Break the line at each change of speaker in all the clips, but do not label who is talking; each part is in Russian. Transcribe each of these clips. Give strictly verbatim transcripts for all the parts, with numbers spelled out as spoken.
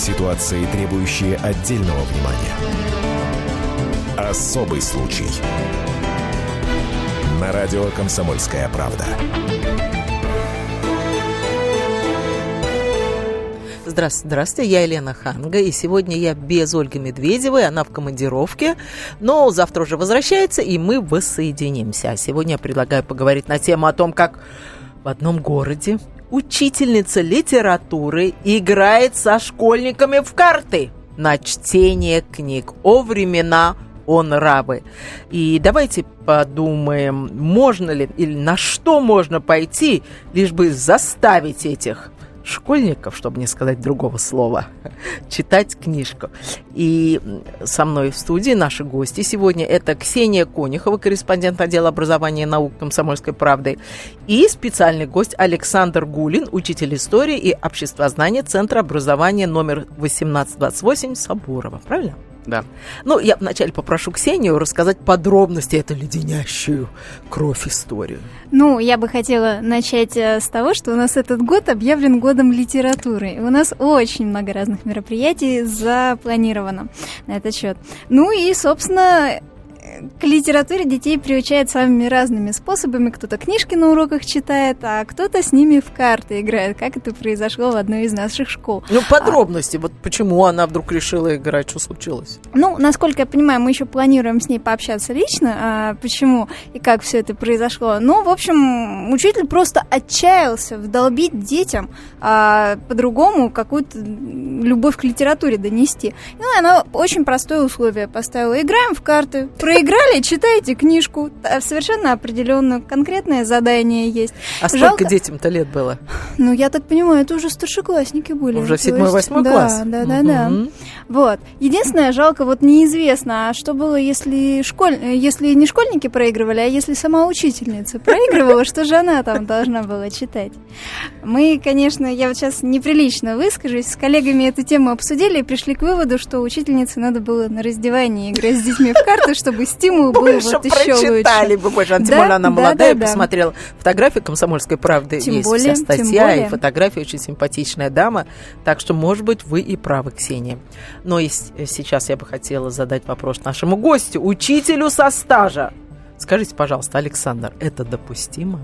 Ситуации, требующие отдельного внимания. Особый случай. На радио «Комсомольская правда».
Здравствуйте, здравствуйте, я Елена Ханга, и сегодня я без Ольги Медведевой, она в командировке, но завтра уже возвращается, и мы воссоединимся. А сегодня я предлагаю поговорить на тему о том, как в одном городе учительница литературы играет со школьниками в карты на чтение книг о времена, о нравы. И давайте подумаем, можно ли или на что можно пойти, лишь бы заставить этих школьников, чтобы не сказать другого слова, читать книжку. И со мной в студии наши гости сегодня это Ксения Конюхова, корреспондент отдела образования и наук «Комсомольской правды», и специальный гость Александр Гулин, учитель истории и обществознания Центра образования номер восемнадцать двадцать восемь Сабурова. Правильно?
Да.
Ну, я вначале попрошу Ксению рассказать подробности эту леденящую кровь историю.
Ну, я бы хотела начать с того, что у нас этот год объявлен годом литературы. И у нас очень много разных мероприятий запланировано на этот счет. Ну и, собственно, к литературе детей приучают самыми разными способами. Кто-то книжки на уроках читает, а кто-то с ними в карты играет, как это произошло в одной из наших школ.
Ну, подробности, а, вот почему она вдруг решила играть, что случилось?
Ну, насколько я понимаю, мы еще планируем с ней пообщаться лично, а, почему и как все это произошло. Ну, в общем, учитель просто отчаялся вдолбить детям а, по-другому какую-то любовь к литературе донести. Ну, и она очень простое условие поставила. Играем в карты, проиграем. Играли, читайте книжку, совершенно определенно, конкретное задание есть.
А
Жалко...
сколько детям-то лет было?
Ну, я так понимаю, это уже старшеклассники были.
Уже седьмой-восьмой
да,
класс?
Да, да, да, да. Вот. Единственное, жалко, вот неизвестно, а что было, если, школь... если не школьники проигрывали, а если сама учительница проигрывала, что же она там должна была читать? Мы, конечно, я вот сейчас неприлично выскажусь, с коллегами эту тему обсудили и пришли к выводу, что учительнице надо было на раздевании играть с детьми в карты, чтобы стимул был
больше
вот еще лучше.
Прочитали бы больше. Тем
да,
более она
да,
молодая,
да,
посмотрела да. фотографии «Комсомольской правды».
Тем
есть
более,
вся статья и
более.
фотография, очень симпатичная дама. Так что, может быть, вы и правы, Ксения. Но и сейчас я бы хотела задать вопрос нашему гостю, учителю со стажа. Скажите, пожалуйста, Александр, это допустимо?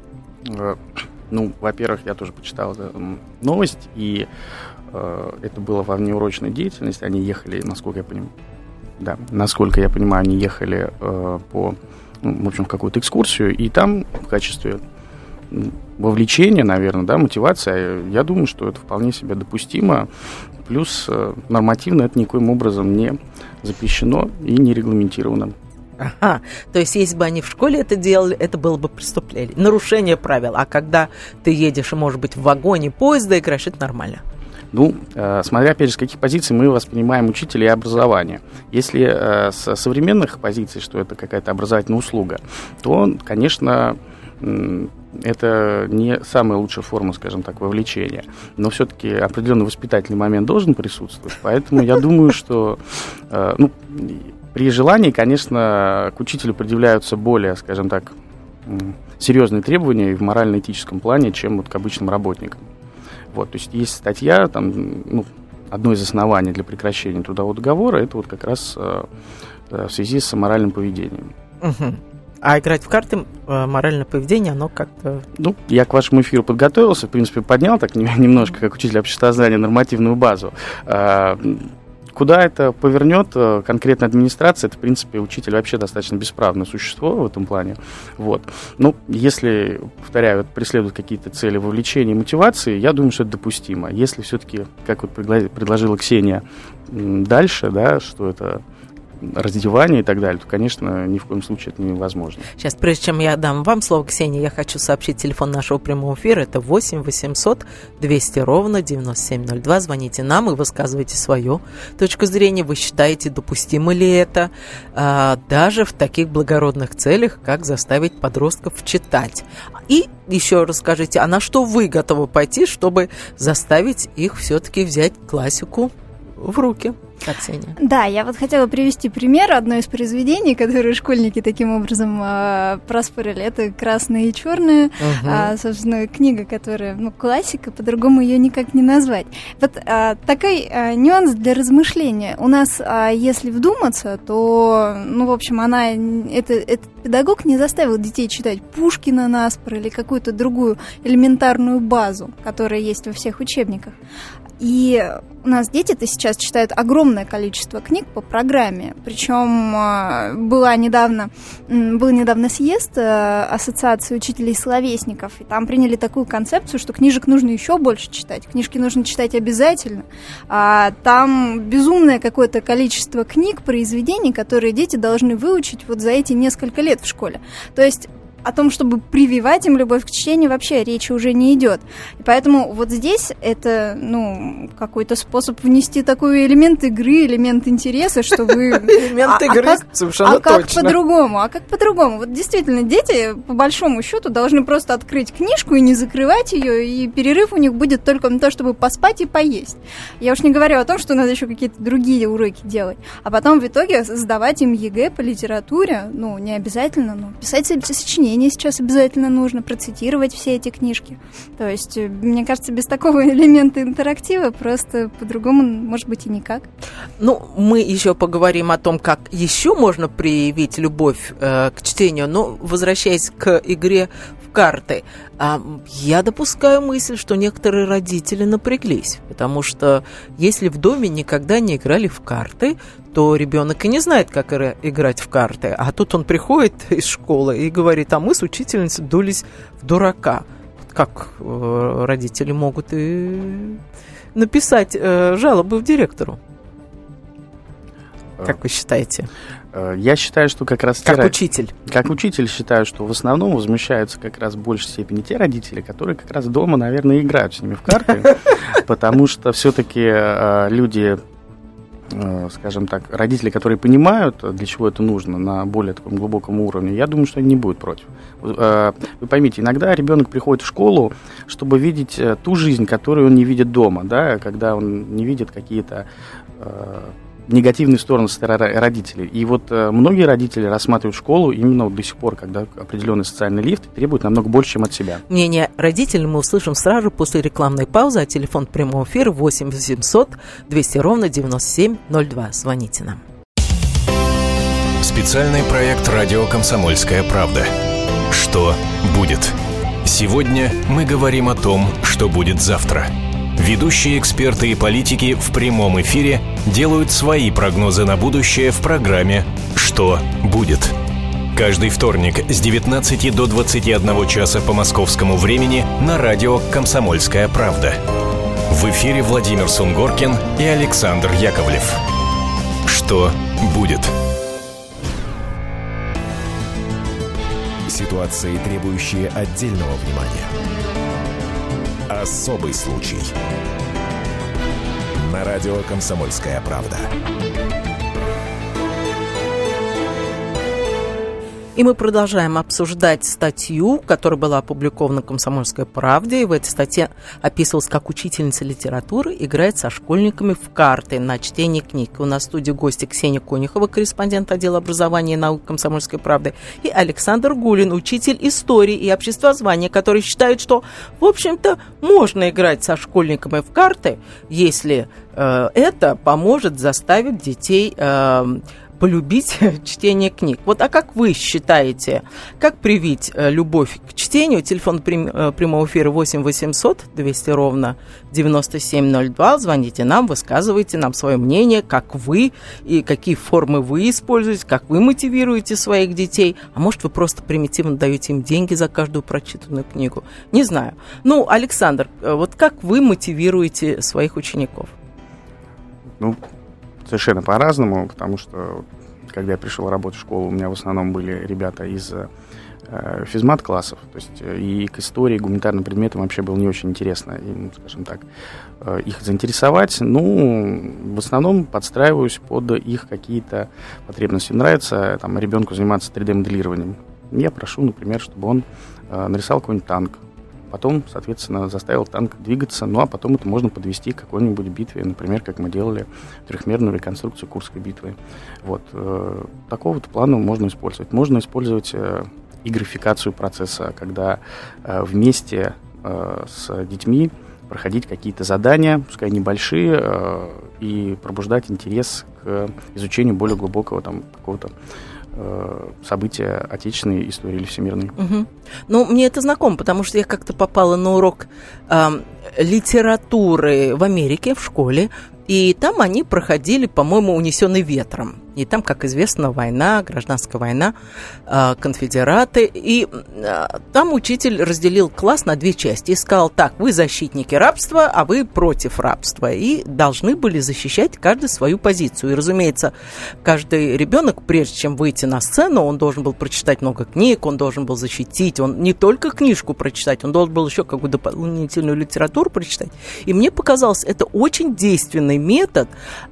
Ну, во-первых, я тоже почитал новость, и э, это было во внеурочной деятельности. Они ехали, насколько я понимаю, Да, насколько я понимаю, они ехали э, по, ну, в общем, в какую-то экскурсию, и там в качестве вовлечения, наверное, да, мотивация, я думаю, что это вполне себе допустимо. Плюс э, нормативно это никоим образом не запрещено и не регламентировано.
Ага, то есть если бы они в школе это делали, это было бы преступление, нарушение правил. А когда ты едешь и, может быть, в вагоне поезда играешь, это нормально.
Ну, э, смотря, опять же, с каких позиций мы воспринимаем учителя и образование. Если э, с современных позиций, что это какая-то образовательная услуга, то, конечно, э, это не самая лучшая форма, скажем так, вовлечения. Но все-таки определенный воспитательный момент должен присутствовать. Поэтому я думаю, что э, ну, при желании, конечно, к учителю предъявляются более, скажем так, э, серьезные требования и в морально-этическом плане, чем вот к обычным работникам. Вот, то есть есть статья, там, ну, одно из оснований для прекращения трудового договора, это вот как раз э, в связи с моральным поведением.
Угу. А играть в карты, э, моральное поведение, оно как-то...
Ну, я к вашему эфиру подготовился, в принципе, поднял так немножко, как учитель обществознания, нормативную базу. Э, Куда это повернет конкретная администрация, это, в принципе, учитель вообще достаточно бесправное существо в этом плане. Вот. Ну, если, повторяю, преследуют какие-то цели вовлечения и мотивации, я думаю, что это допустимо. Если все-таки, как вот предложила Ксения дальше, да, что это раздевание и так далее, то, конечно, ни в коем случае это невозможно.
Сейчас, прежде чем я дам вам слово, Ксения, я хочу сообщить телефон нашего прямого эфира. Это восемь восемьсот двести ровно девяносто семь ноль два. Звоните нам и высказывайте свою точку зрения. Вы считаете, допустимо ли это а, даже в таких благородных целях, как заставить подростков читать? И еще расскажите, а на что вы готовы пойти, чтобы заставить их все-таки взять классику в руки? Да, Ксения?
Да, я вот хотела привести пример одно из произведений, которые школьники таким образом э, проспорили. Это «Красное и черное», угу. э, собственно, книга, которая, ну, классика, по-другому ее никак не назвать. Вот э, такой э, нюанс для размышления. У нас, э, если вдуматься, то, ну, в общем, она, это, этот педагог не заставил детей читать Пушкина наспор или какую-то другую элементарную базу, которая есть во всех учебниках. И у нас дети-то сейчас читают огромное количество книг по программе. Причем была недавно, был недавно съезд Ассоциации учителей-словесников, и там приняли такую концепцию, что книжек нужно еще больше читать. Книжки нужно читать обязательно. А там безумное какое-то количество книг, произведений, которые дети должны выучить вот за эти несколько лет в школе. То есть о том, чтобы прививать им любовь к чтению, вообще речи уже не идет. И поэтому вот здесь это, ну, какой-то способ внести такой элемент игры, элемент интереса, что вы...
Элемент игры, совершенно точно.
А как по-другому? А как по-другому? Вот действительно, дети, по большому счету, должны просто открыть книжку и не закрывать ее, и перерыв у них будет только на то, чтобы поспать и поесть. Я уж не говорю о том, что надо еще какие-то другие уроки делать. А потом в итоге сдавать им ЕГЭ по литературе, ну, не обязательно, но писать сочинения сейчас обязательно нужно, процитировать все эти книжки. То есть, мне кажется, без такого элемента интерактива просто по-другому, может быть, и никак.
Ну, мы еще поговорим о том, как еще можно проявить любовь э, к чтению, но возвращаясь к игре в карты, э, я допускаю мысль, что некоторые родители напряглись, потому что если в доме никогда не играли в карты, то ребенок и не знает, как играть в карты. А тут он приходит из школы и говорит: а мы с учительницей дулись в дурака. Как э, родители могут и написать э, жалобы в директору? Как вы считаете?
Я считаю, что как раз...
Как
те,
учитель.
Как учитель считаю, что в основном возмущаются как раз в большей степени те родители, которые как раз дома, наверное, играют с ними в карты, потому что все-таки люди... скажем так, родители, которые понимают, для чего это нужно на более таком глубоком уровне, я думаю, что они не будут против. Вы поймите, иногда ребенок приходит в школу, чтобы видеть ту жизнь, которую он не видит дома, да, когда он не видит какие-то негативные стороны со стороны родителей. И вот э, многие родители рассматривают школу именно вот до сих пор, когда определенный социальный лифт требует намного больше, чем от себя.
Мнение родителей мы услышим сразу после рекламной паузы, а телефон прямого эфира восемь восемьсот двести ровно девяносто семь ноль два. Звоните нам.
Специальный проект «Радио Комсомольская правда». Что будет? Сегодня мы говорим о том, что будет завтра. Ведущие эксперты и политики в прямом эфире делают свои прогнозы на будущее в программе «Что будет?». Каждый вторник с девятнадцати до двадцати одного часа по московскому времени на радио «Комсомольская правда». В эфире Владимир Сунгоркин и Александр Яковлев. Что будет? Ситуации, требующие отдельного внимания. Особый случай. На радио «Комсомольская правда».
И мы продолжаем обсуждать статью, которая была опубликована в «Комсомольской правде». И в этой статье описывалось, как учительница литературы играет со школьниками в карты на чтение книг. У нас в студии гости Ксения Конюхова, корреспондент отдела образования и наук «Комсомольской правды», и Александр Гулин, учитель истории и обществознания, который считает, что, в общем-то, можно играть со школьниками в карты, если э, это поможет заставить детей... Э, полюбить чтение книг. Вот, а как вы считаете, как привить э, любовь к чтению? Телефон прям, э, прямого эфира восемь восемьсот двести ровно девяносто семь ноль два. Звоните нам, высказывайте нам свое мнение, как вы и какие формы вы используете, как вы мотивируете своих детей. А может, вы просто примитивно даете им деньги за каждую прочитанную книгу? Не знаю. Ну, Александр, э, вот как вы мотивируете своих учеников?
Ну, совершенно по-разному, потому что, когда я пришел работать в школу, у меня в основном были ребята из э, физмат-классов, то есть и к истории, и к гуманитарным предметам вообще было не очень интересно, им, скажем так, э, их заинтересовать. Ну, в основном подстраиваюсь под их какие-то потребности. Нравится там ребенку заниматься три дэ-моделированием. Я прошу, например, чтобы он э, нарисовал какой-нибудь танк, потом, соответственно, заставил танк двигаться, ну а потом это можно подвести к какой-нибудь битве, например, как мы делали трехмерную реконструкцию Курской битвы. Вот. Такого вот плана можно использовать. Можно использовать и графикацию процесса, когда вместе с детьми проходить какие-то задания, пускай небольшие, и пробуждать интерес к изучению более глубокого там какого-то события отечественной истории или всемирной.
Угу. Ну, мне это знакомо, потому что я как-то попала на урок э, литературы в Америке, в школе, и там они проходили, по-моему, «Унесенный ветром». И там, как известно, война, гражданская война, э, конфедераты. И э, там учитель разделил класс на две части и сказал: так, вы защитники рабства, а вы против рабства. И должны были защищать каждый свою позицию. И, разумеется, каждый ребенок, прежде чем выйти на сцену, он должен был прочитать много книг, он должен был защитить, он не только книжку прочитать, он должен был еще какую-то дополнительную литературу прочитать. И мне показалось, это очень действенный метод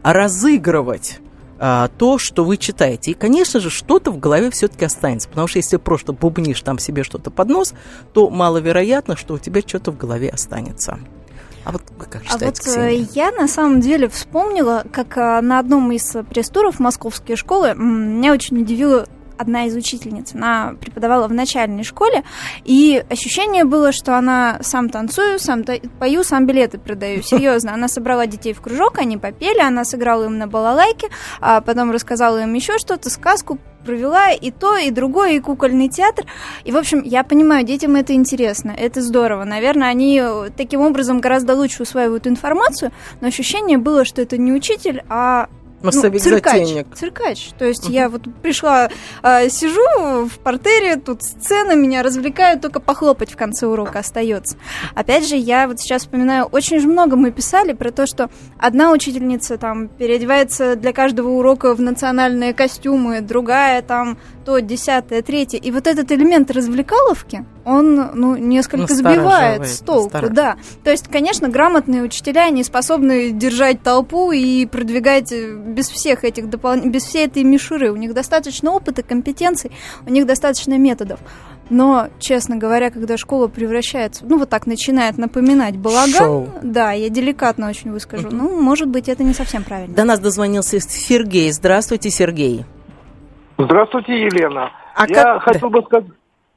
разыгрывать а, то, что вы читаете. И, конечно же, что-то в голове все-таки останется, потому что если ты просто бубнишь там себе что-то под нос, то маловероятно, что у тебя что-то в голове останется. А вот вы как считаете,
а вот
Ксения?
Я на самом деле вспомнила, как на одном из пресс-туров московские школы меня очень удивило одна из учительниц. Она преподавала в начальной школе, и ощущение было, что она сам танцую, сам пою, сам билеты продаю. Серьезно, она собрала детей в кружок, они попели, она сыграла им на балалайке, а потом рассказала им еще что-то, сказку провела, и то, и другое, и кукольный театр. И, в общем, я понимаю, детям это интересно, это здорово. Наверное, они таким образом гораздо лучше усваивают информацию, но ощущение было, что это не учитель, а Ну, циркач, циркач. То есть uh-huh. я вот пришла, э, сижу в партере, тут сцена, меня развлекают, только похлопать в конце урока остается. Опять же, я вот сейчас вспоминаю, очень же много мы писали про то, что одна учительница там переодевается для каждого урока в национальные костюмы, другая там то, десятое, третье. И вот этот элемент развлекаловки, он, ну, несколько сбивает с толку, да. То есть, конечно, грамотные учителя, они способны держать толпу и продвигать без всех этих допол... без всей этой мишуры. У них достаточно опыта, компетенций, у них достаточно методов. Но, честно говоря, когда школа превращается, ну, вот так начинает напоминать балаган, шоу. Да, я деликатно очень выскажу, uh-huh. ну, может быть, это не совсем правильно.
До нас дозвонился Сергей. Здравствуйте, Сергей.
Здравствуйте, Елена.
А
я
как...
хотел бы сказать...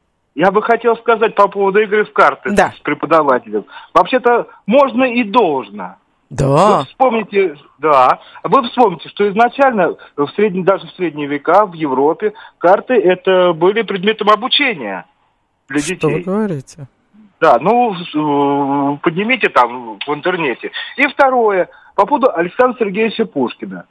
Я бы хотел сказать по поводу игры в карты
да.
с преподавателем. Вообще-то можно и должно.
Да.
Вы вспомните, да, вы вспомните, что изначально, в средние, даже в средние века в Европе, карты это были предметом обучения для детей.
Что вы говорите?
Да, ну, поднимите там в интернете. И второе, по поводу Александра Сергеевича Пушкина.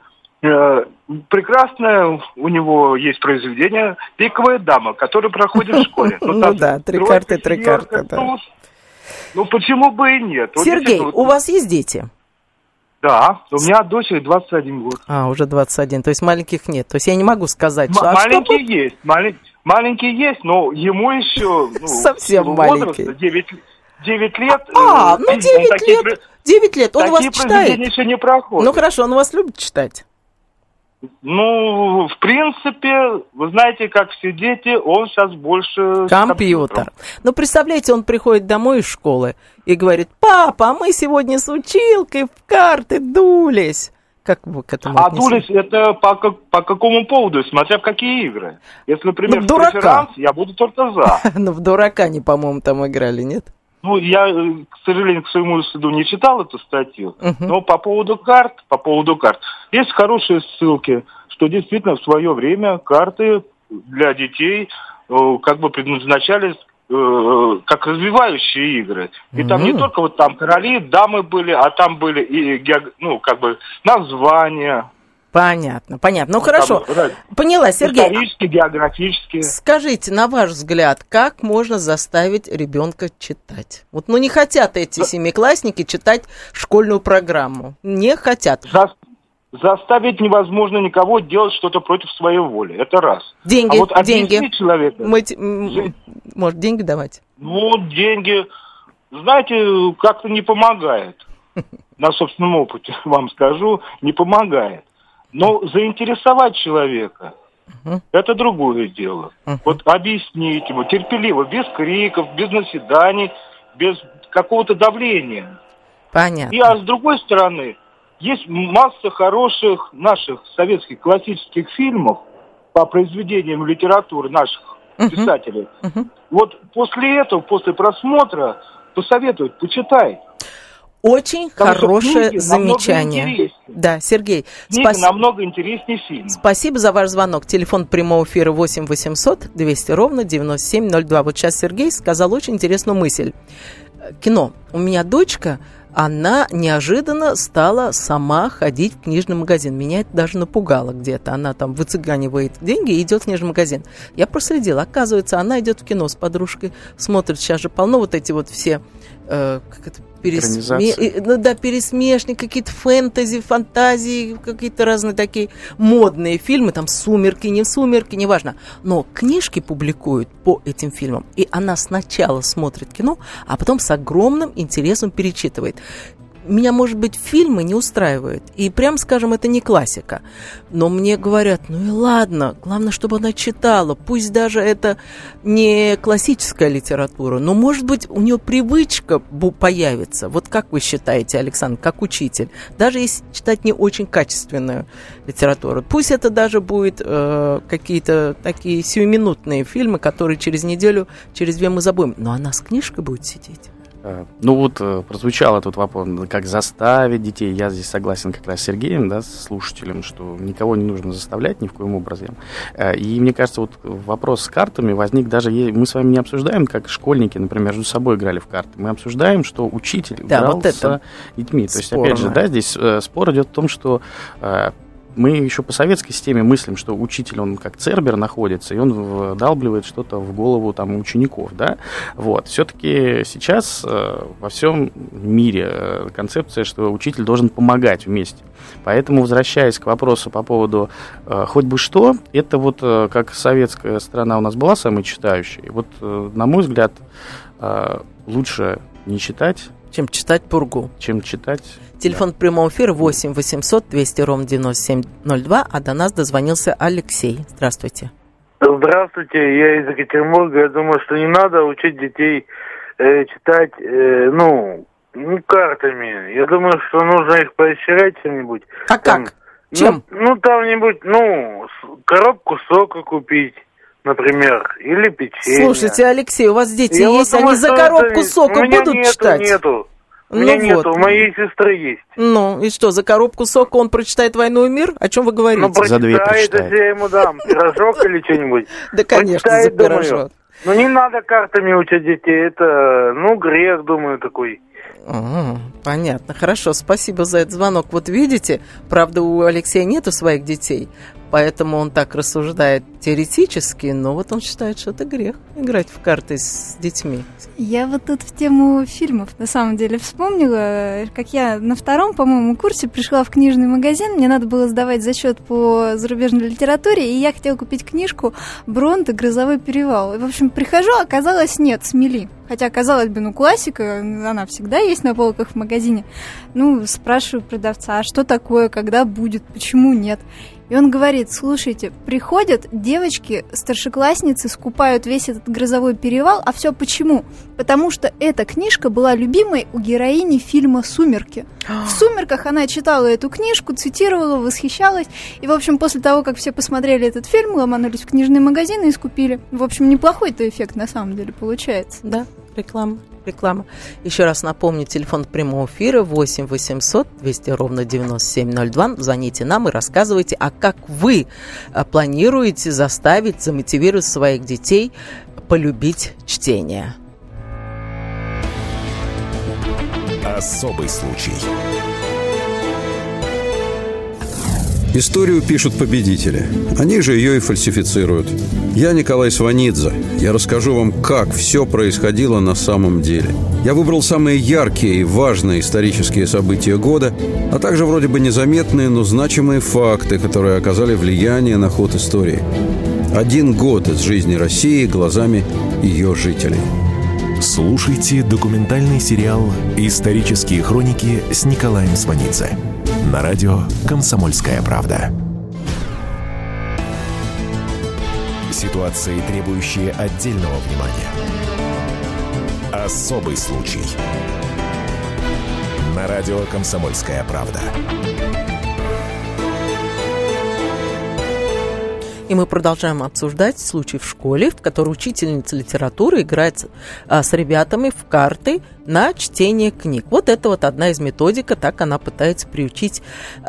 Прекрасное у него есть произведение «Пиковая дама», которое проходит в школе.
Ну да, три карты, три карты, да.
Ну почему бы и нет?
Сергей, у вас есть дети?
Да, у меня дочери двадцать один год.
А, уже двадцать один, то есть маленьких нет. То есть я не могу сказать, что...
Маленький есть, маленький есть, но ему еще...
Совсем маленький.
девять лет.
А, ну девять лет, девять лет, он у вас читает?
Еще не проходит.
Ну хорошо, он у вас любит читать?
Ну, в принципе, вы знаете, как все дети, он сейчас больше...
Компьютер. Ну, представляете, он приходит домой из школы и говорит: папа, мы сегодня с училкой в карты дулись. Как вы к этому отнеслись?
А дулись это по, по какому поводу, смотря в какие игры? Если, например,
ну, в
дурака, я буду только за.
Ну, в дурака они, по-моему, там играли, нет?
Ну, я, к сожалению, к своему стыду не читал эту статью, uh-huh. но по поводу карт, по поводу карт, есть хорошие ссылки, что действительно в свое время карты для детей э, как бы предназначались э, как развивающие игры. И uh-huh. там не только вот там короли, дамы были, а там были и, ну, как бы названия.
Понятно, понятно. Ну, ну хорошо, там, поняла, Сергей.
Исторические, географические.
Скажите, на ваш взгляд, как можно заставить ребенка читать? Вот, ну, не хотят эти За... семиклассники читать школьную программу. Не хотят.
За... Заставить невозможно никого делать что-то против своей воли. Это раз.
Деньги,
а вот
деньги.
Человека...
Мы... Может, деньги давать?
Ну, деньги, знаете, как-то не помогает. На собственном опыте вам скажу, не помогает. Но заинтересовать человека, uh-huh. это другое дело. Uh-huh. Вот объяснить ему терпеливо, без криков, без наседаний, без какого-то давления.
Понятно.
И а с другой стороны, есть масса хороших наших советских классических фильмов по произведениям литературы наших uh-huh. писателей. Uh-huh. Вот после этого, после просмотра, посоветовать, почитай.
Очень Потому хорошее замечание. Да, Сергей.
Книга спас... намного интереснее фильма.
Спасибо за ваш звонок. Телефон прямого эфира восемь восемьсот двести ровно девяносто семь ноль два. Вот сейчас Сергей сказал очень интересную мысль. Кино. У меня дочка, она неожиданно стала сама ходить в книжный магазин. Меня это даже напугало где-то. Она там выцыганивает деньги и идет в книжный магазин. Я проследила. Оказывается, она идет в кино с подружкой, смотрит. Сейчас же полно вот эти вот все... Э, как это, пересме... ну, да, пересмешники, какие-то фэнтези, фантазии, какие-то разные такие модные фильмы, там «Сумерки», не «Сумерки», неважно. Но книжки публикуют по этим фильмам, и она сначала смотрит кино, а потом с огромным интересом перечитывает. Меня, может быть, фильмы не устраивают. И, прям скажем, это не классика. Но мне говорят, ну и ладно, главное, чтобы она читала. Пусть даже это не классическая литература, но, может быть, у нее привычка появится. Вот как вы считаете, Александр, как учитель? Даже если читать не очень качественную литературу. Пусть это даже будет э, какие-то такие сиюминутные фильмы, которые через неделю, через две мы забудем. Но она с книжкой будет сидеть.
Ну вот прозвучало тут вопрос, как заставить детей. Я здесь согласен как раз с Сергеем, да, с слушателем, что никого не нужно заставлять ни в коем образе. И мне кажется, вот вопрос с картами возник даже... Мы с вами не обсуждаем, как школьники, например, между собой играли в карты. Мы обсуждаем, что учитель да, играл вот с детьми. То есть, спорно. Опять же, да, здесь спор идет в том, что... Мы еще по советской системе мыслим, что учитель, он как цербер находится, и он вдалбливает что-то в голову там, учеников, да, вот. Все-таки сейчас э, во всем мире э, концепция, что учитель должен помогать вместе. Поэтому, возвращаясь к вопросу по поводу э, хоть бы что, это вот э, как советская страна у нас была самой читающей, вот, э, на мой взгляд, э, лучше не читать,
чем читать пургу.
Чем читать.
Телефон да. прямого эфира восемь восемьсот двести ровно девяносто семь ноль два, а до нас дозвонился Алексей. Здравствуйте.
Здравствуйте, я из Екатеринбурга. Я думаю, что не надо учить детей э, читать, э, ну, ну, картами. Я думаю, что нужно их поощрять чем-нибудь.
А там, как? Чем?
Ну, ну там-нибудь, ну, коробку сока купить. Например, или печенье.
Слушайте, Алексей, у вас дети я есть, вот думаю, они за коробку это... сока будут
нету,
читать?
Нету, у
ну
меня
вот.
нету, у моей сестры есть.
Ну, и что, за коробку сока он прочитает «Войну и мир»? О чем вы говорите?
Ну, прочитает, за две прочитает. Если я ему дам пирожок или что-нибудь.
Да, конечно, за пирожок.
Ну, не надо картами учить детей, это, ну, грех, думаю, такой.
А, понятно, хорошо, спасибо за этот звонок. Вот видите, правда, у Алексея нету своих детей, поэтому он так рассуждает теоретически, но вот он считает, что это грех играть в карты с детьми.
Я вот тут в тему фильмов на самом деле вспомнила, как я на втором, по-моему, курсе пришла в книжный магазин, мне надо было сдавать зачет по зарубежной литературе, и я хотела купить книжку «Бронте. Грозовой перевал». И, в общем, прихожу, оказалось, нет, смели. Хотя, казалось бы, ну, классика, она всегда есть на полках в магазине. Ну, спрашиваю продавца, а что такое, когда будет, почему нет? И он говорит, слушайте, приходят девочки, старшеклассницы, скупают весь этот «Грозовой перевал», а все почему? Потому что эта книжка была любимой у героини фильма «Сумерки». В «Сумерках» она читала эту книжку, цитировала, восхищалась. И, в общем, после того, как все посмотрели этот фильм, ломанулись в книжные магазины и скупили. В общем, неплохой-то эффект на самом деле получается.
Да, реклама. Реклама. Еще раз напомню, телефон прямого эфира восемь восемьсот двести ровно девяносто семь ноль два. Звоните нам и рассказывайте, а как вы планируете заставить, замотивировать своих детей полюбить чтение.
Особый случай.
Историю пишут победители. Они же ее и фальсифицируют. Я Николай Сванидзе. Я расскажу вам, как все происходило на самом деле. Я выбрал самые яркие и важные исторические события года, а также вроде бы незаметные, но значимые факты, которые оказали влияние на ход истории. Один год из жизни России глазами ее жителей.
Слушайте документальный сериал «Исторические хроники» с Николаем Сванидзе на радио «Комсомольская правда». Ситуации, требующие отдельного внимания.
Особый случай. На радио «Комсомольская правда».
И мы продолжаем обсуждать случай в школе, в которой учительница литературы играет а, с ребятами в карты на чтение книг. Вот это вот одна из методик, так она пытается приучить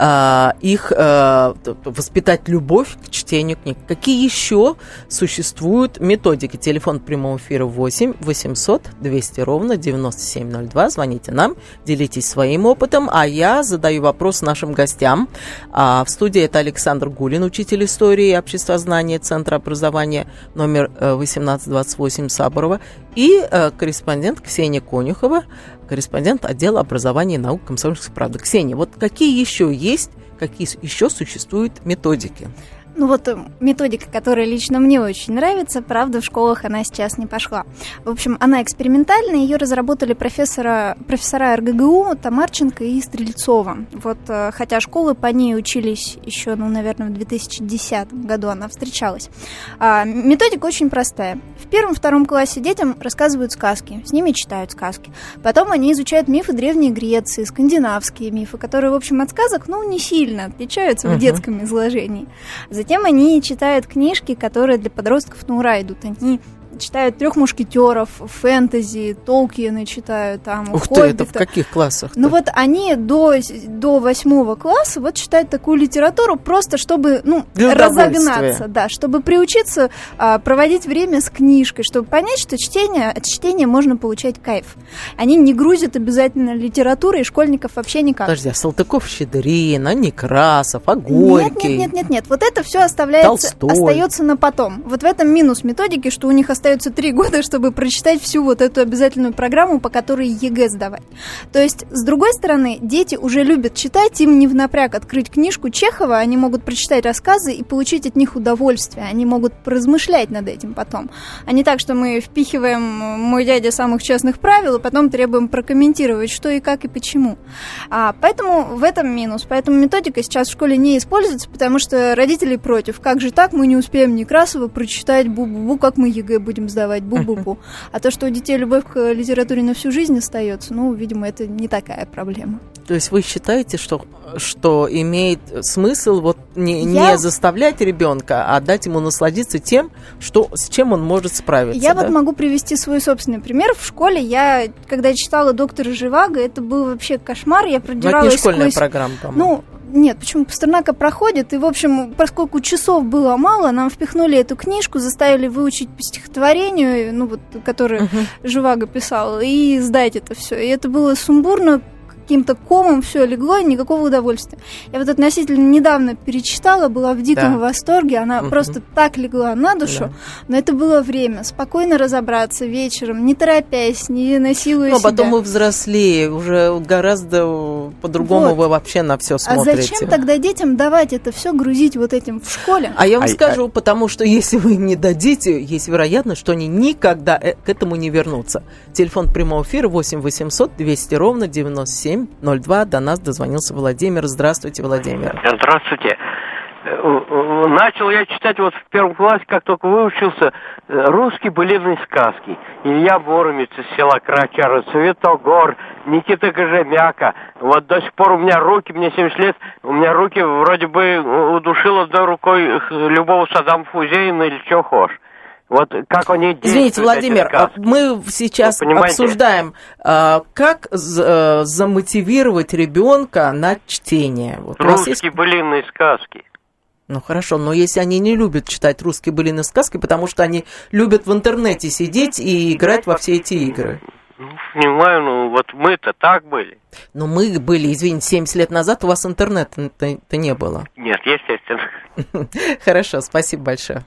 а, их, а, воспитать любовь к чтению книг. Какие еще существуют методики? Телефон прямого эфира восемь восемьсот двести ровно девяносто семь ноль два. Звоните нам, делитесь своим опытом, а я задаю вопрос нашим гостям. А, в студии это Александр Гулин, учитель истории и общества знания Центра образования номер восемнадцать двадцать восемь Сабурова, и э, корреспондент Ксения Конюхова, корреспондент отдела образования и наук «Комсомольской правды». Ксения, вот какие еще есть, какие еще существуют методики?
Ну вот методика, которая лично мне очень нравится, правда, в школах она сейчас не пошла. В общем, она экспериментальная, ее разработали профессора, профессора эр гэ гэ у Тамарченко и Стрельцова. Вот, хотя школы по ней учились еще, ну, наверное, в две тысячи десятом году она встречалась. А, методика очень простая. В первом-втором классе детям рассказывают сказки, с ними читают сказки. Потом они изучают мифы Древней Греции, скандинавские мифы, которые, в общем, от сказок, ну, не сильно отличаются uh-huh. в детском изложении. Затем они читают книжки, которые для подростков на ура идут. Они читают «Трех мушкетеров», фэнтези, Толкиена читают, там,
Ух
Хоббита.
ты, это в каких классах?
Ну вот они до, до восьмого класса вот читают такую литературу просто, чтобы, ну, разогнаться, да, чтобы приучиться а, проводить время с книжкой, чтобы понять, что чтение, от чтения можно получать кайф. Они не грузят обязательно литературой, и школьников вообще никак.
Подожди, а Салтыков-Щедрин, а Некрасов, а Горький?
Нет, нет, нет, нет, вот это все оставляется, остается на потом. Вот в этом минус методики, что у них остается Остается три года, чтобы прочитать всю вот эту обязательную программу, по которой ЕГЭ сдавать. То есть, с другой стороны, дети уже любят читать, им не внапряг открыть книжку Чехова, они могут прочитать рассказы и получить от них удовольствие, они могут поразмышлять над этим потом. А не так, что мы впихиваем «Мой дядя самых честных правил», и потом требуем прокомментировать, что и как и почему. А, поэтому в этом минус. Поэтому методика сейчас в школе не используется, потому что родители против. Как же так, мы не успеем Некрасова прочитать, бу-бу-бу, как мы ЕГЭ будем будем сдавать, бу-бу-бу. А то, что у детей любовь к литературе на всю жизнь остается, ну, видимо, это не такая проблема.
То есть вы считаете, что, что имеет смысл вот не, Я... не заставлять ребенка, а дать ему насладиться тем, что, с чем он может справиться?
Я
да?
вот могу привести свой собственный пример. В школе я, когда читала «Доктора Живаго», это был вообще кошмар. Я продиралась
Но это не школьная
сквозь...
программа, по-моему.
Ну, нет, почему? Пастернака проходит, и, в общем, поскольку часов было мало, нам впихнули эту книжку, заставили выучить по стихотворению, ну, вот, которое uh-huh. Живаго писал, и сдать это все. И это было сумбурно, каким-то комом все легло, и никакого удовольствия. Я вот относительно недавно перечитала, была в диком да. восторге, она угу. просто так легла на душу, да. но это было время спокойно разобраться вечером, не торопясь, не насилуя
но
себя.
Но потом мы взрослее, уже гораздо по-другому вот. Вы вообще на все смотрите.
А зачем тогда детям давать это все, грузить вот этим в школе?
А я вам
а,
скажу,
а...
потому что если вы им не дадите, есть вероятность, что они никогда к этому не вернутся. Телефон прямого эфира восемь восемьсот двести ровно девяносто семь ноль два. До нас дозвонился Владимир. Здравствуйте, Владимир.
Здравствуйте. Начал я читать вот в первом классе, как только выучился, русские былинные сказки. Илья Муромец из села Карачара, Светогор, Никита Кожемяка. Вот до сих пор у меня руки, мне семьдесят лет, у меня руки вроде бы удушил одной рукой любого Саддама Хусейна или чего хочешь. Вот как они действуют.
Извините, Владимир, мы сейчас обсуждаем, как замотивировать ребенка на чтение. Вот
русские есть... былинные сказки.
Ну хорошо, но если они не любят читать русские былинные сказки, потому что они любят в интернете сидеть и играть во все эти игры.
Ну, понимаю, ну вот мы-то так были.
Ну мы были, извините, семьдесят лет назад у вас интернета-то не было.
Нет, естественно.
Хорошо, спасибо большое.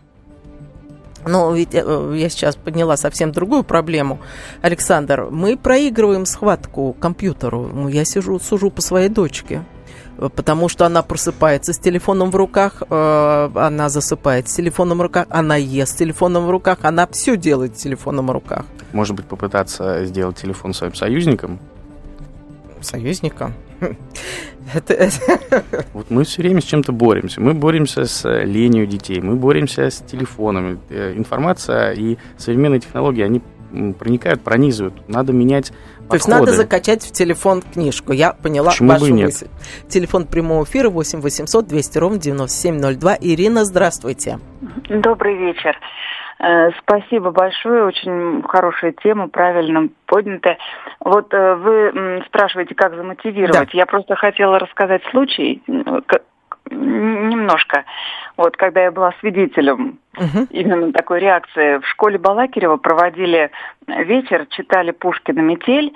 Но ведь я сейчас подняла совсем другую проблему. Александр, мы проигрываем схватку компьютеру. Я сижу, сужу по своей дочке, потому что она просыпается с телефоном в руках, она засыпает с телефоном в руках, она ест с телефоном в руках, она все делает с телефоном в руках.
Может быть, попытаться сделать телефон своим союзником?
Союзником?
Это, это... Вот мы все время с чем-то боремся. Мы боремся с ленью детей, мы боремся с телефонами. Информация и современные технологии, они проникают, пронизывают. Надо менять подходы.
То есть надо закачать в телефон книжку. Я поняла
Почему
вашу
бы нет?
мысль. Телефон прямого эфира восемь восемьсот двести ровно девяносто семь ноль два. Ирина, здравствуйте.
Добрый вечер. Спасибо большое, очень хорошая тема, правильно поднятая. Вот вы спрашиваете, как замотивировать. Да. Я просто хотела рассказать случай немножко. Вот когда я была свидетелем uh-huh. именно такой реакции. В школе Балакирева проводили вечер, читали Пушкина «Метель».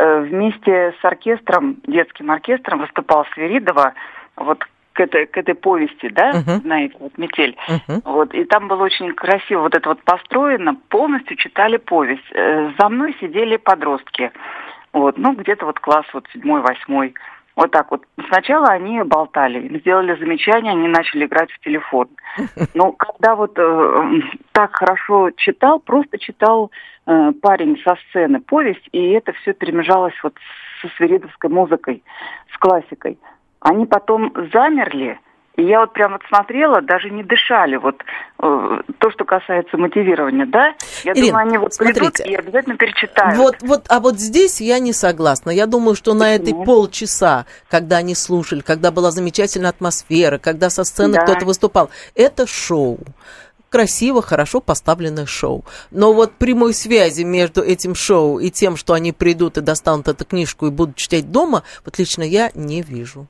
Вместе с оркестром, детским оркестром выступал Свиридова. Вот к этой, к этой повести, да, uh-huh. знаете, вот «Метель». Uh-huh. Вот, и там было очень красиво вот это вот построено, полностью читали повесть. За мной сидели подростки, вот, ну, где-то вот класс вот седьмой, восьмой. Вот так вот. Сначала они болтали, сделали замечания, они начали играть в телефон. Но когда вот э, так хорошо читал, просто читал э, парень со сцены повесть, и это все перемежалось вот со свиридовской музыкой, с классикой. Они потом замерли, и я вот прям вот смотрела, даже не дышали. Вот э, то, что касается мотивирования, да? Я
Ирина,
думаю, они вот придут и обязательно перечитают.
Вот, вот, а вот здесь я не согласна. Я думаю, что на этой полчаса, когда они слушали, когда была замечательная атмосфера, когда со сцены да. кто-то выступал, это шоу. Красиво, хорошо поставленное шоу. Но вот прямой связи между этим шоу и тем, что они придут и достанут эту книжку и будут читать дома, вот лично я не вижу.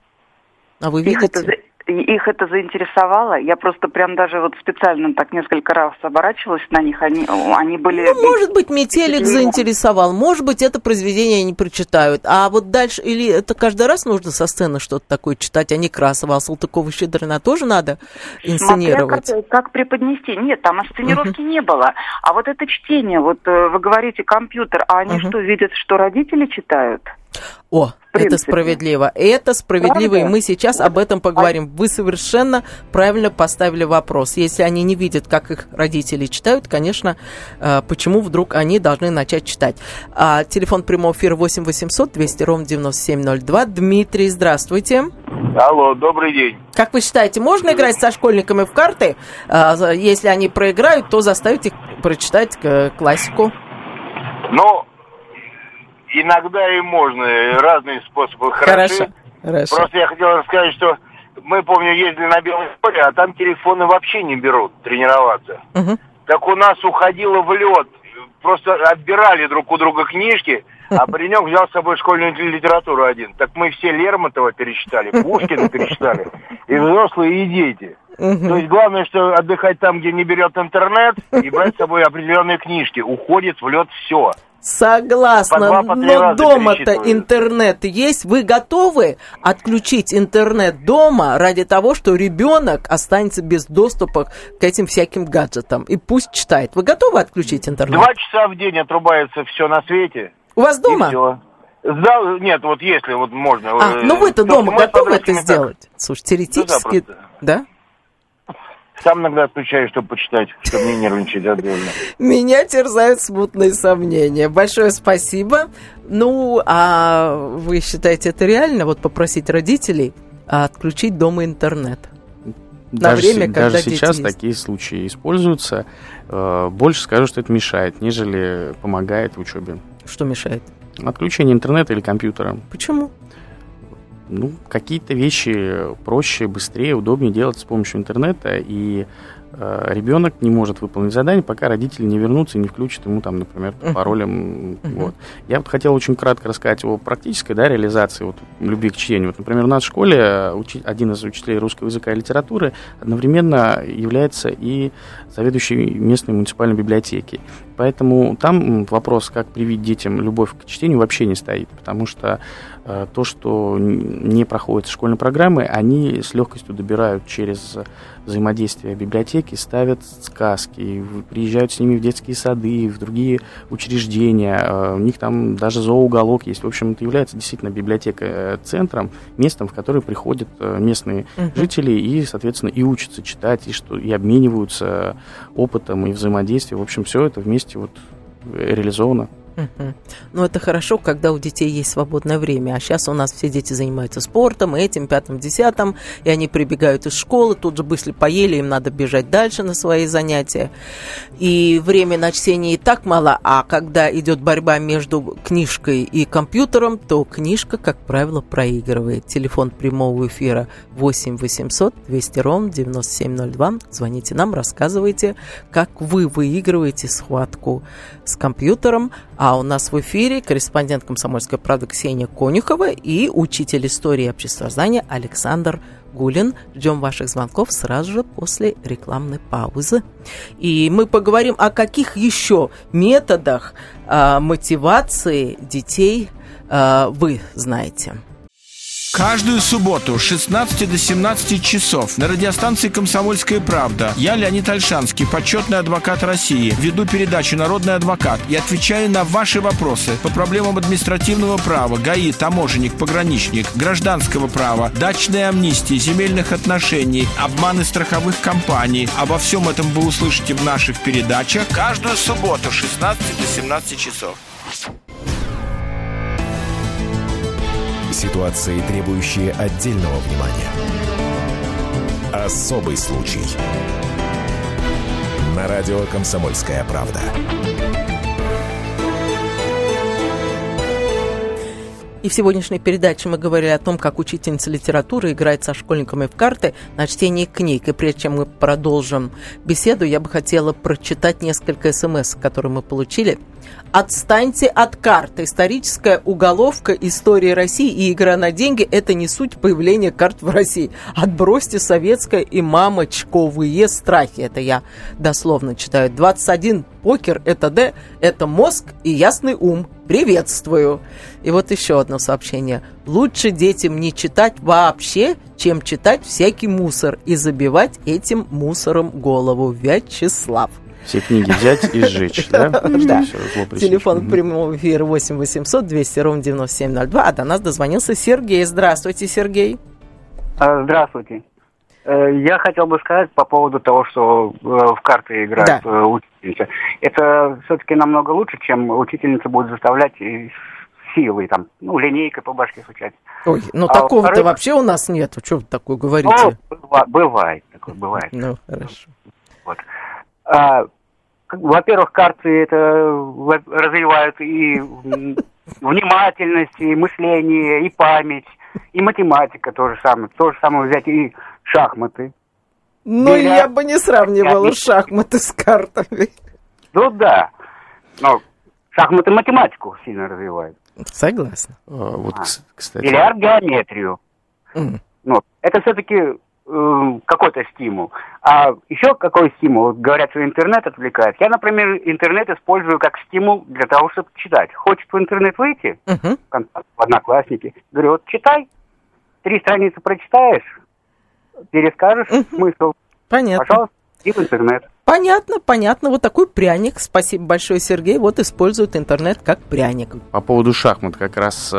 А вы видите?
Их это, их это заинтересовало. Я просто прям даже вот специально так несколько раз оборачивалась на них. Они, они были...
Ну, может быть, «Метелик» заинтересовал. Может быть, это произведение они прочитают. А вот дальше... Или это каждый раз нужно со сцены что-то такое читать, а Некрасова, а Салтыкова-Щедрина тоже надо инсценировать?
Смотря как, как преподнести. Нет, там инсценировки uh-huh. не было. А вот это чтение, вот вы говорите компьютер, а они uh-huh. что, видят, что родители читают?
О, это справедливо. Это справедливо, правда? И мы сейчас об этом поговорим. Вы совершенно правильно поставили вопрос. Если они не видят, как их родители читают, конечно, почему вдруг они должны начать читать? А, телефон прямого эфира восемь восемьсот двести ровно девяносто семь ноль два. Дмитрий, здравствуйте.
Алло, добрый день.
Как вы считаете, можно играть со школьниками в карты? Если они проиграют, то заставить их прочитать классику?
Ну... Иногда и можно, разные способы хороши.
Хорошо, хорошо.
Просто я хотел рассказать, что мы, помню, ездили на Белом поле, а там телефоны вообще не берут тренироваться. Угу. Так у нас уходило в лед. Просто отбирали друг у друга книжки, а паренек взял с собой школьную литературу один. Так мы все Лермонтова перечитали, Пушкина перечитали, и взрослые, и дети. Угу. То есть главное, что отдыхать там, где не берет интернет, и брать с собой определенные книжки. Уходит в лед все.
Согласна, по но дома-то интернет есть. Вы готовы отключить интернет дома ради того, что ребенок останется без доступа к этим всяким гаджетам? И пусть читает. Вы готовы отключить интернет?
Два часа в день отрубается все на свете.
У вас дома?
Да, нет, вот если вот можно.
А, ну вы-то дома готовы это сделать? Так. Слушай, теоретически, да?
Сам иногда отключаю, чтобы почитать, чтобы не нервничать отдельно.
Меня терзают смутные сомнения. Большое спасибо. Ну, а вы считаете это реально, вот попросить родителей отключить дома интернет?
На даже время, когда даже сейчас есть. Такие случаи используются. Больше скажу, что это мешает, нежели помогает в учебе.
Что мешает?
Отключение интернета или компьютера.
Почему?
Ну, какие-то вещи проще, быстрее, удобнее делать с помощью интернета, и э, ребенок не может выполнить задание, пока родители не вернутся и не включат ему, там, например, по паролям. Uh-huh. Вот. Я вот хотел очень кратко рассказать о практической, да, реализации вот, любви к чтению. Вот, например, у нас в школе учи- один из учителей русского языка и литературы одновременно является и заведующий местной муниципальной библиотеки. Поэтому там вопрос, как привить детям любовь к чтению, вообще не стоит, потому что э, то, что не проходит школьной программы, они с легкостью добирают через взаимодействие библиотеки, ставят сказки, приезжают с ними в детские сады, в другие учреждения, э, у них там даже зооуголок есть. В общем, это является действительно библиотека центром, местом, в которое приходят местные uh-huh. жители и, соответственно, и учатся читать, и, что, и обмениваются опытом и взаимодействием. В общем, все это вместе вот реализовано.
Угу. Ну, это хорошо, когда у детей есть свободное время. А сейчас у нас все дети занимаются спортом, этим, пятым, десятым, и они прибегают из школы, тут же быстро поели, им надо бежать дальше на свои занятия. И время на чтение и так мало, а когда идет борьба между книжкой и компьютером, то книжка, как правило, проигрывает. Телефон прямого эфира восемь восемьсот двести ровно девяносто семь ноль два. Звоните нам, рассказывайте, как вы выигрываете схватку с компьютером. А у нас в эфире корреспондент «Комсомольской правды» Ксения Конюхова и учитель истории и обществознания Александр Гулин. Ждем ваших звонков сразу же после рекламной паузы. И мы поговорим о каких еще методах э, мотивации детей э, вы знаете.
Каждую субботу с шестнадцати до семнадцати часов на радиостанции «Комсомольская правда» я, Леонид Ольшанский, почетный адвокат России, веду передачу «Народный адвокат» и отвечаю на ваши вопросы по проблемам административного права, ГАИ, таможенник, пограничник, гражданского права, дачной амнистии, земельных отношений, обманы страховых компаний. Обо всем этом вы услышите в наших передачах каждую субботу с шестнадцати до семнадцати часов.
Ситуации, требующие отдельного внимания. Особый случай. На радио «Комсомольская правда».
И в сегодняшней передаче мы говорили о том, как учительница литературы играет со школьниками в карты на чтение книг. И прежде чем мы продолжим беседу, я бы хотела прочитать несколько смс, которые мы получили. Отстаньте от карт. Историческая уголовка истории России и игра на деньги – это не суть появления карт в России. Отбросьте советское и мамочковые страхи. Это я дословно читаю. двадцать один покер – это Д, это мозг и ясный ум. Приветствую. И вот еще одно сообщение. Лучше детям не читать вообще, чем читать всякий мусор и забивать этим мусором голову. Вячеслав.
Все книги взять и сжечь, да?
Да. Телефон прямого эфира восемь восемьсот двести ровно девяносто семь ноль два. А до нас дозвонился Сергей. Здравствуйте, Сергей.
Здравствуйте. Я хотел бы сказать по поводу того, что в карты играет да. учительница. Это все-таки намного лучше, чем учительница будет заставлять силой, там, ну, линейкой по башке стучать.
Ой, ну а такого-то вообще у нас нет. Что вы такое говорите?
Ну, бывает, такое бывает.
Ну, хорошо.
Вот. А, во-первых, карты это развивают и внимательность, и мышление, и память, и математика то же самое. То же самое взять и шахматы.
Ну, Бильярд. Я бы не сравнивала я... шахматы с картами.
Ну да. Но шахматы математику сильно развивают.
Согласна.
А, вот, а. кстати.
Бильярд геометрию. Mm. Ну, это все-таки какой-то стимул. А еще какой стимул? Говорят, что интернет отвлекает. Я, например, интернет использую как стимул для того, чтобы читать. Хочет в интернет выйти, uh-huh. контакт в Одноклассники. Говорю, вот читай, три страницы прочитаешь, перескажешь uh-huh. смысл.
Понятно.
Пожалуйста, и в интернет.
Понятно, понятно. Вот такой пряник. Спасибо большое, Сергей. Вот использует интернет как пряник.
По поводу шахмат как раз...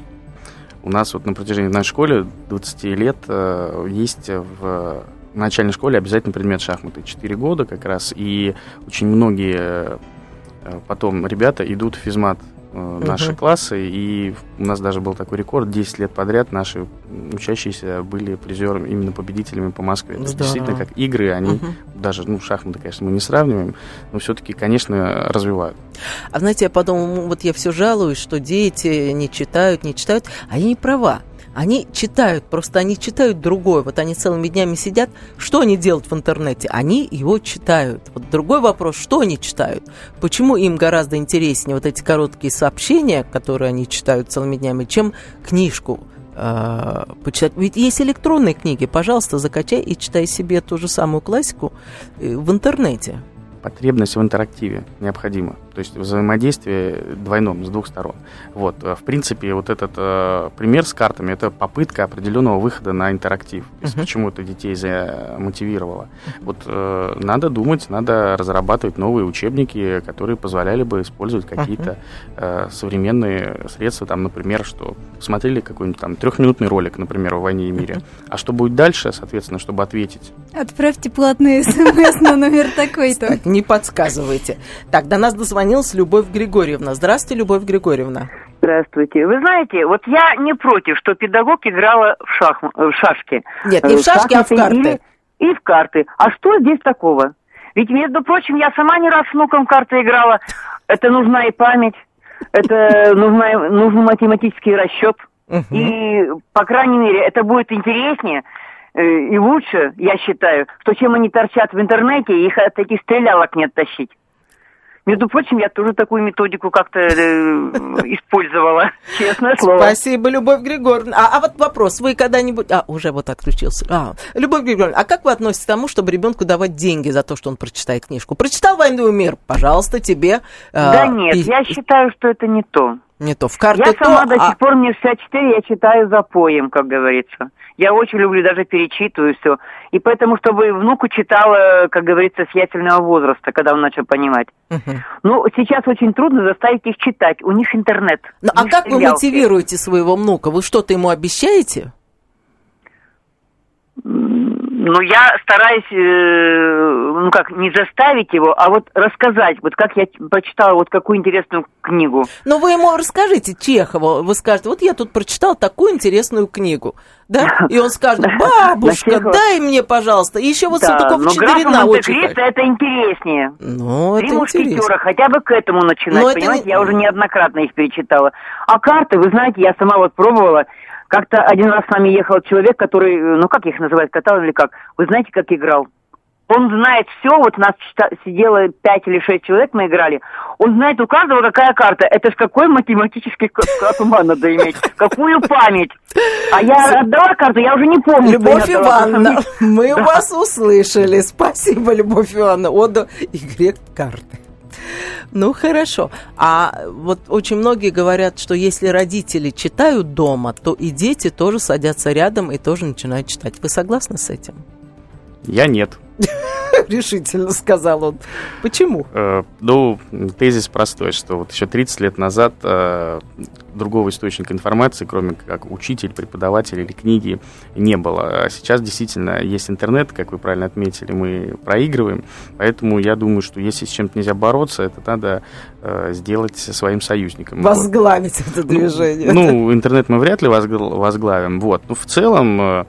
У нас вот на протяжении нашей школы двадцати лет э, есть в начальной школе обязательный предмет шахматы. четыре года как раз. И очень многие э, потом ребята идут в физмат э, наши uh-huh. классы. И у нас даже был такой рекорд. десять лет подряд наши учащиеся были призерами, именно победителями по Москве. То есть, действительно, как игры, они uh-huh. даже, ну, шахматы, конечно, мы не сравниваем, но все-таки, конечно, развивают.
А знаете, я подумала, вот я все жалуюсь, что дети не читают, не читают. Они не права. Они читают, просто они читают другое. Вот они целыми днями сидят. Что они делают в интернете? Они его читают. Вот другой вопрос, что они читают? Почему им гораздо интереснее вот эти короткие сообщения, которые они читают целыми днями, чем книжку э, почитать? Ведь есть электронные книги. Пожалуйста, закачай и читай себе ту же самую классику в интернете.
Потребность в интерактиве необходима. То есть взаимодействие двойном, с двух сторон. Вот. В принципе, вот этот э, пример с картами – это попытка определенного выхода на интерактив. То есть, uh-huh. почему это детей замотивировало. Вот э, надо думать, надо разрабатывать новые учебники, которые позволяли бы использовать какие-то uh-huh. э, современные средства. Там, например, что смотрели какой-нибудь там трехминутный ролик, например, о «Войне и мире». Uh-huh. А что будет дальше, соответственно, чтобы ответить?
Отправьте платные смс на номер такой-то.
Не подсказывайте. Так, до нас дозвонился дозвонилась Любовь Григорьевна. Здравствуйте, Любовь Григорьевна.
Здравствуйте. Вы знаете, вот я не против, что педагог играла в, шах... в шашки.
Нет, не в шашки, а в карты.
И, и в карты. А что здесь такого? Ведь, между прочим, я сама не раз с внуком в карты играла. Это нужна и память, это нужна, нужен математический расчет. Uh-huh. И, по крайней мере, это будет интереснее э, и лучше, я считаю, что чем они торчат в интернете, их от этих стрелялок не оттащить. Между прочим, я тоже такую методику как-то э, использовала, честное слово.
Спасибо, Любовь Григорьевна. А, а вот вопрос, вы когда-нибудь... А, уже вот отключился. А, Любовь Григорьевна, а как вы относитесь к тому, чтобы ребенку давать деньги за то, что он прочитает книжку? Прочитал «Войну и мир», пожалуйста, тебе...
Да
э,
нет,
и...
я считаю, что это не то.
Не то. В карты
я
то,
сама до
а...
сих пор, мне шестьдесят четыре, я читаю запоем, как говорится. Я очень люблю, даже перечитываю все. И поэтому, чтобы внуку читала, как говорится, с ясельного возраста, когда он начал понимать. Uh-huh. Ну, сейчас очень трудно заставить их читать. У них интернет.
Ну, а как вы мотивируете своего внука? Вы что-то ему обещаете?
Ну, я стараюсь, э, ну как, не заставить его, а вот рассказать, вот как я прочитала вот какую интересную книгу.
Ну, вы ему расскажите Чехова, вы скажете, вот я тут прочитал такую интересную книгу, да? И он скажет, бабушка, дай мне, пожалуйста. И еще вот Салтыков-Щедрина очень.
Но это интереснее.
Ну, это
Три мушкетера, хотя бы к этому начинать, понимаете, я уже неоднократно их перечитала. А карты, вы знаете, я сама вот пробовала. Как-то один раз с нами ехал человек, который, ну как их называют, катал или как? Вы знаете, как играл? Он знает все, вот у нас сидело пять или шесть человек, мы играли. Он знает у каждого, какая карта. Это ж какой математический как ума надо иметь, какую память. А я отдала карту, я уже не помню.
Любовь Ивановна, мы вас услышали. Спасибо, Любовь Ивановна. Отдал игре карты. Ну, хорошо. А вот очень многие говорят, что если родители читают дома, то и дети тоже садятся рядом и тоже начинают читать. Вы согласны с этим?
Я нет.
Решительно сказал он. Почему?
Э, ну, тезис простой, что вот еще тридцать лет назад э, другого источника информации, кроме как учитель, преподаватель или книги, не было. А сейчас действительно есть интернет, как вы правильно отметили, мы проигрываем. Поэтому я думаю, что если с чем-то нельзя бороться, это надо э, сделать своим союзником.
Возглавить вот. Это движение.
Ну, ну, интернет мы вряд ли возглавим. Вот. Но в целом... Э,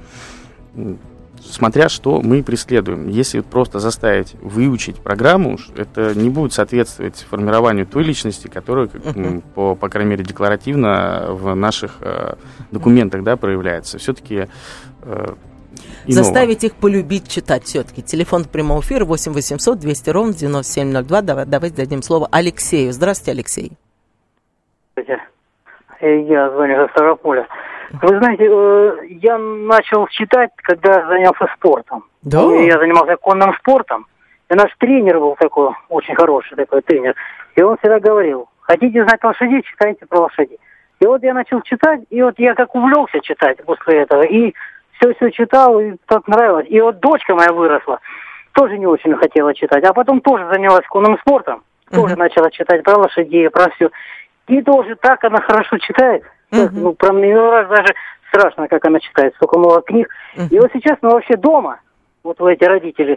смотря что мы преследуем. Если просто заставить выучить программу, это не будет соответствовать формированию той личности, которая, uh-huh. по, по крайней мере, декларативно в наших э, документах, да, проявляется. Все-таки э,
заставить их полюбить читать все-таки. Телефон прямого эфира восемь восемьсот двести ровно девяносто семь ноль два. Давай, давайте дадим слово Алексею. Здравствуйте, Алексей.
Здравствуйте. Я звоню из Ставрополя. Вы знаете, я начал читать, когда занялся спортом.
Да?
Я занимался конным спортом. И наш тренер был такой, очень хороший такой тренер. И он всегда говорил, хотите знать лошадей, читайте про лошадей. И вот я начал читать, и вот я как увлекся читать после этого. И все-все читал, и так нравилось. И вот дочка моя выросла, тоже не очень хотела читать. А потом тоже занялась конным спортом. Uh-huh. Тоже начала читать про лошадей, про все. И тоже так она хорошо читает. Uh-huh. Ну, прям раз даже страшно, как она читает, столько много книг. Uh-huh. И вот сейчас мы вообще дома, вот вы эти родители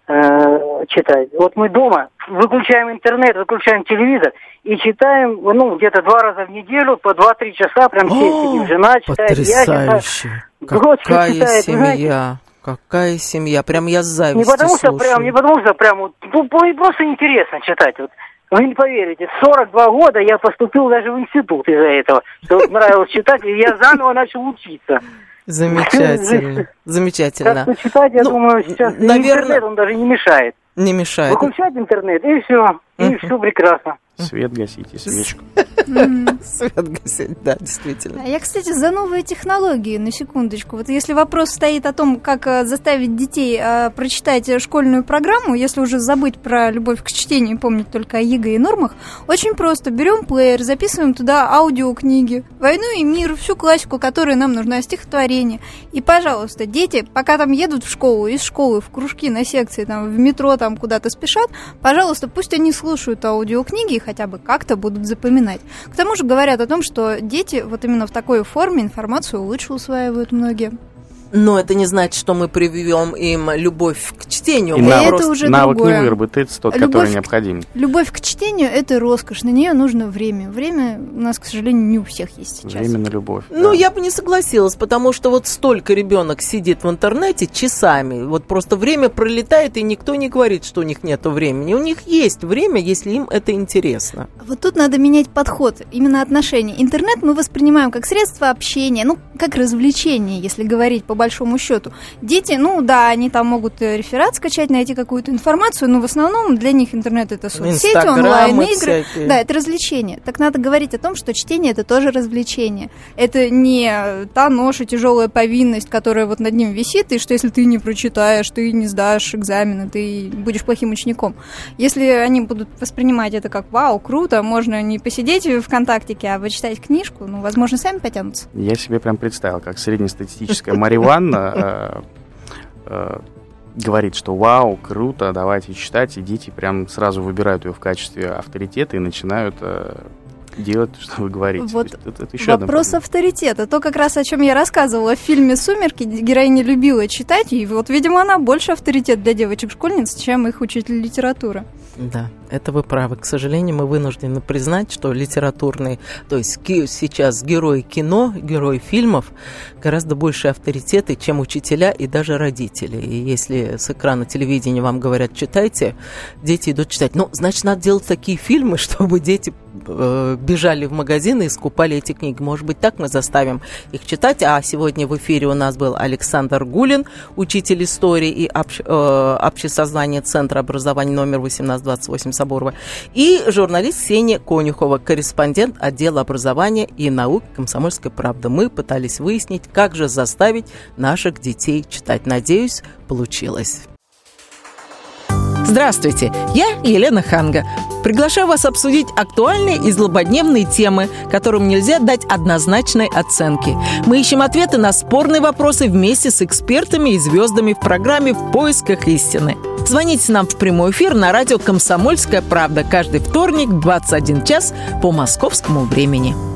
э, читают. Вот мы дома выключаем интернет, выключаем телевизор и читаем, ну, где-то два раза в неделю, по два-три часа, прям все сидим. Жена читает,
потрясающе.
Я читаю.
Какая читает, семья, какая семья. Прям я с завистью
не потому что
слушаю.
прям, не потому что прям, вот, просто интересно читать, вот. Вы не поверите, сорок два года я поступил даже в институт из-за этого. Что нравилось читать, и я заново начал учиться.
Замечательно, замечательно.
Так что читать, я ну, думаю, сейчас наверное, интернет, он даже не мешает.
Не мешает.
Выключать интернет, и все, и uh-huh. все прекрасно.
Свет гасите, свечку.
Свет гасить, да, действительно.
Я, кстати, за новые технологии, на секундочку. Вот если вопрос стоит о том, как заставить детей э, прочитать школьную программу, если уже забыть про любовь к чтению и помнить только о ЕГЭ и нормах, очень просто. Берем плеер, записываем туда аудиокниги, «Войну и мир», всю классику, которая нам нужна, стихотворение. И, пожалуйста, дети, пока там едут в школу, из школы, в кружки, на секции, там, в метро, там куда-то спешат, пожалуйста, пусть они слушают аудиокниги и хотя бы как-то будут запоминать. К тому же говорят о том, что дети вот именно в такой форме информацию лучше усваивают многие.
Но это не значит, что мы привьем им любовь к чтению.
И
мы
навык,
это уже
навык
другое.
не выработается, тот,
Любовь,
который необходим.
Любовь к чтению – это роскошь, на нее нужно время. Время у нас, к сожалению, не у всех есть сейчас.
Время на любовь.
Ну,
да.
я бы не согласилась, потому что вот столько ребенок сидит в интернете часами, вот просто время пролетает, и никто не говорит, что у них нет времени. У них есть время, если им это интересно.
Вот тут надо менять подход, именно отношения. Интернет мы воспринимаем как средство общения, ну, как развлечение, если говорить по большому счету. Дети, ну да, они там могут реферат скачать, найти какую-то информацию, но в основном для них интернет — это соцсети, онлайн-игры.
Всякие.
Да, это развлечение. Так надо говорить о том, что чтение — это тоже развлечение. Это не та ноша, тяжелая повинность, которая вот над ним висит, и что если ты не прочитаешь, ты не сдашь экзамены, ты будешь плохим учеником. Если они будут воспринимать это как «Вау, круто, можно не посидеть в ВКонтактике, а почитать книжку», ну, возможно, сами потянутся.
Я себе прям представил, как среднестатистическая Марья Ивановна говорит, что вау, круто, давайте читать, и дети прям сразу выбирают ее в качестве авторитета и начинают э, делать, что вы говорите.
Вот
это, это еще
вопрос авторитета. То, как раз о чем я рассказывала в фильме «Сумерки», героиня любила читать, и вот, видимо, она больше авторитет для девочек-школьниц, чем их учитель литературы.
Да, это вы правы. К сожалению, мы вынуждены признать, что литературный, то есть сейчас герои кино, герои фильмов гораздо больше авторитеты, чем учителя и даже родители. И если с экрана телевидения вам говорят «читайте», дети идут читать. Ну, значит, надо делать такие фильмы, чтобы дети э, бежали в магазины и скупали эти книги. Может быть, так мы заставим их читать. А сегодня в эфире у нас был Александр Гулин, учитель истории и общ, э, общесознания Центра образования номер восемнадцать двадцать восемь Соборова, и журналист Ксения Конюхова, корреспондент отдела образования и наук «Комсомольская правда». Мы пытались выяснить, как же заставить наших детей читать. Надеюсь, получилось. Здравствуйте, я Елена Ханга. Приглашаю вас обсудить актуальные и злободневные темы, которым нельзя дать однозначной оценки. Мы ищем ответы на спорные вопросы вместе с экспертами и звездами в программе «В поисках истины». Звоните нам в прямой эфир на радио «Комсомольская правда» каждый вторник в двадцать один час по московскому времени.